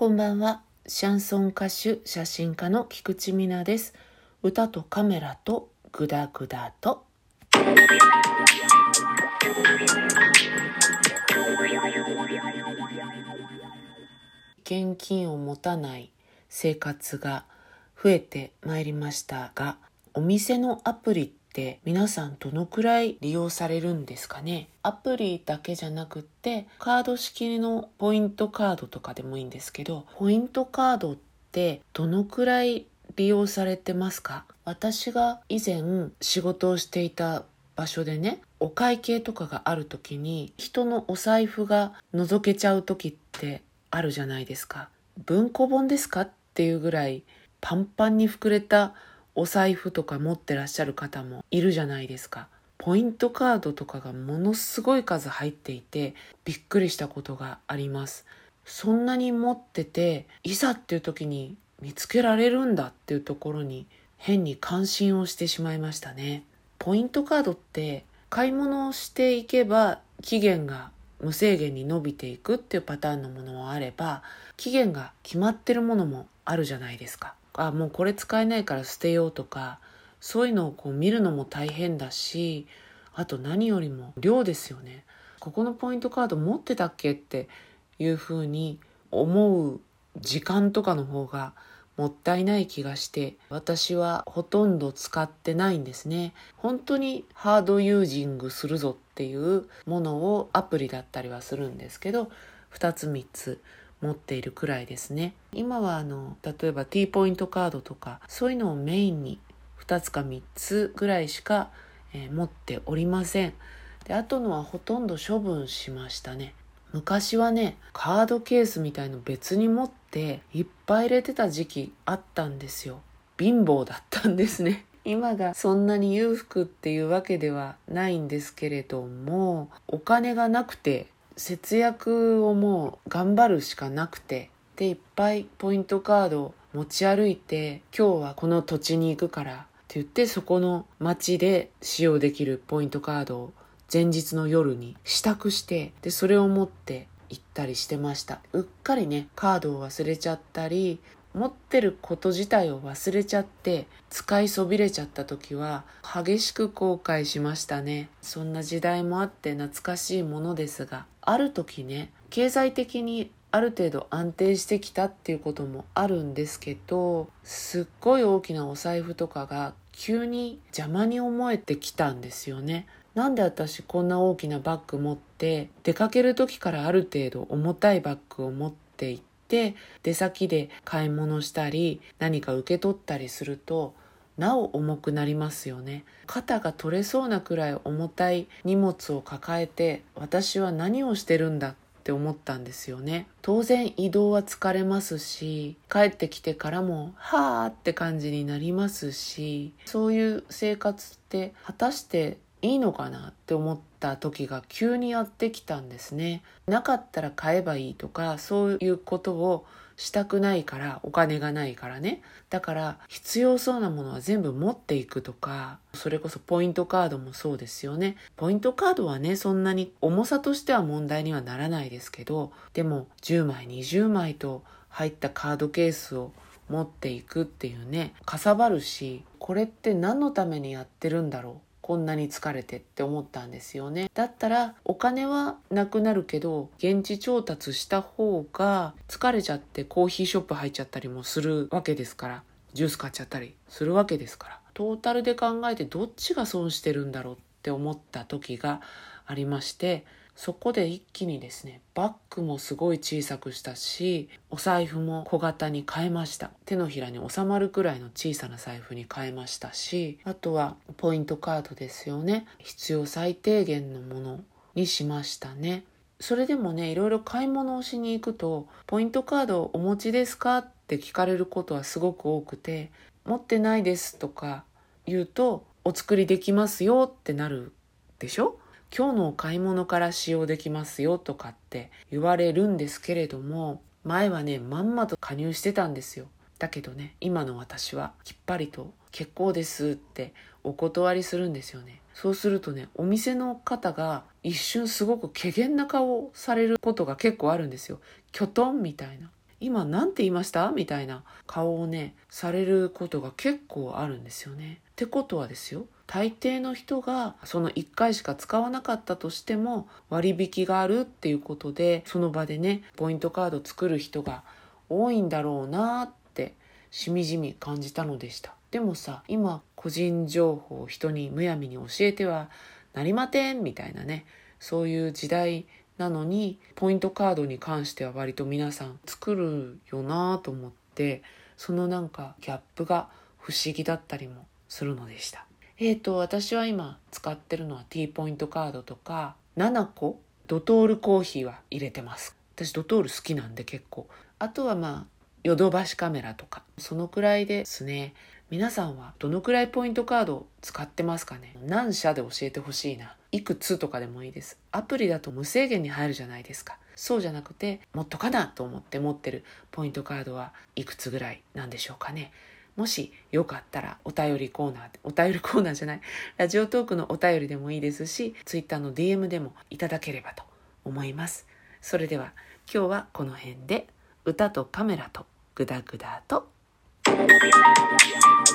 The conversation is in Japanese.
こんばんは。シャンソン歌手、写真家の菊池美奈です。歌とカメラとグダグダと。現金を持たない生活が増えてまいりましたが、お店のアプリって皆さんどのくらい利用されるんですかね。アプリだけじゃなくってカード式のポイントカードとかでもいいんですけど、ポイントカードってどのくらい利用されてますか？私が以前仕事をしていた場所でね、お会計とかがある時に人のお財布が覗けちゃう時ってあるじゃないですか。文庫本ですかっていうぐらいパンパンに膨れたお財布とか持ってらっしゃる方もいるじゃないですか。ポイントカードとかがものすごい数入っていてびっくりしたことがあります。そんなに持ってて、いざっていう時に見つけられるんだっていうところに変に関心をしてしまいましたね。ポイントカードって買い物をしていけば期限が無制限に伸びていくっていうパターンのものもあれば、期限が決まってるものもあるじゃないですか。もうこれ使えないから捨てようとか、そういうのを見るのも大変だし、あと何よりも量ですよね。ここのポイントカード持ってたっけっていうふうに思う時間とかの方がもったいない気がして、私はほとんど使ってないんですね。本当にハードユージングするぞっていうものをアプリだったりはするんですけど、2つ3つ持っているくらいですね。今は例えば T ポイントカードとかそういうのをメインに2つか3つぐらいしか、持っておりません。で、あとのはほとんど処分しましたね。昔はね、カードケースみたいの別に持っていっぱい入れてた時期あったんですよ。貧乏だったんですね。今がそんなに裕福っていうわけではないんですけれども、お金がなくて節約をもう頑張るしかなくて、でいっぱいポイントカードを持ち歩いて、今日はこの土地に行くからって言って、そこの町で使用できるポイントカードを前日の夜に支度して、でそれを持って行ったりしてました。うっかりね、カードを忘れちゃったり、持ってること自体を忘れちゃって使いそびれちゃった時は激しく後悔しましたね。そんな時代もあって懐かしいものですが、ある時ね、経済的にある程度安定してきたっていうこともあるんですけど、すっごい大きなお財布とかが急に邪魔に思えてきたんですよね。なんで私こんな大きなバッグ持って、出かける時からある程度重たいバッグを持っていって、出先で買い物したり何か受け取ったりするとなお重くなりますよね。肩が取れそうなくらい重たい荷物を抱えて私は何をしてるんだって思ったんですよね。当然移動は疲れますし、帰ってきてからもはーって感じになりますし、そういう生活って果たしていいのかなって思った時が急にやってきたんですね。なかったら買えばいいとか、そういうことをしたくないから、お金がないからね。だから必要そうなものは全部持っていくとか、それこそポイントカードもそうですよね。ポイントカードはね、そんなに重さとしては問題にはならないですけど、でも10枚20枚と入ったカードケースを持っていくっていうね、かさばるし、これって何のためにやってるんだろう、こんなに疲れてって思ったんですよね。だったらお金はなくなるけど、現地調達した方が疲れちゃってコーヒーショップ入っちゃったりもするわけですから、ジュース買っちゃったりするわけですから、トータルで考えてどっちが損してるんだろうって思った時がありまして、そこで一気にですね、バッグもすごい小さくしたし、お財布も小型に変えました。手のひらに収まるくらいの小さな財布に変えましたし、あとはポイントカードですよね。必要最低限のものにしましたね。それでもね、いろいろ買い物をしに行くと、ポイントカードお持ちですかって聞かれることはすごく多くて、持ってないですとか言うと、お作りできますよってなるでしょ。今日のお買い物から使用できますよとかって言われるんですけれども、前はね、まんまと加入してたんですよ。だけどね、今の私はきっぱりと結構ですってお断りするんですよね。そうするとね、お店の方が一瞬すごく怪訝な顔をされることが結構あるんですよ。きょとんみたいな。 今なんて言いましたみたいな顔をねされることが結構あるんですよね。ってことはですよ、大抵の人がその1回しか使わなかったとしても割引があるっていうことで、その場でねポイントカード作る人が多いんだろうなってしみじみ感じたのでした。でもさ、今個人情報を人にむやみに教えてはなりまてんみたいなね、そういう時代なのにポイントカードに関しては割と皆さん作るよなと思って、そのなんかギャップが不思議だったりもするのでした。私は今使ってるのは T ポイントカードとか7個ドトールコーヒーは入れてます。私ドトール好きなんで結構。あとはヨドバシカメラとかそのくらいですね。皆さんはどのくらいポイントカードを使ってますかね。何社で教えてほしいな。いくつとかでもいいです。アプリだと無制限に入るじゃないですか。そうじゃなくてもっとかなと思って持ってるポイントカードはいくつぐらいなんでしょうかね。もしよかったらお便りコーナーじゃない、ラジオトークのお便りでもいいですし、ツイッターの DM でもいただければと思います。それでは今日はこの辺で、歌とカメラとグダグダと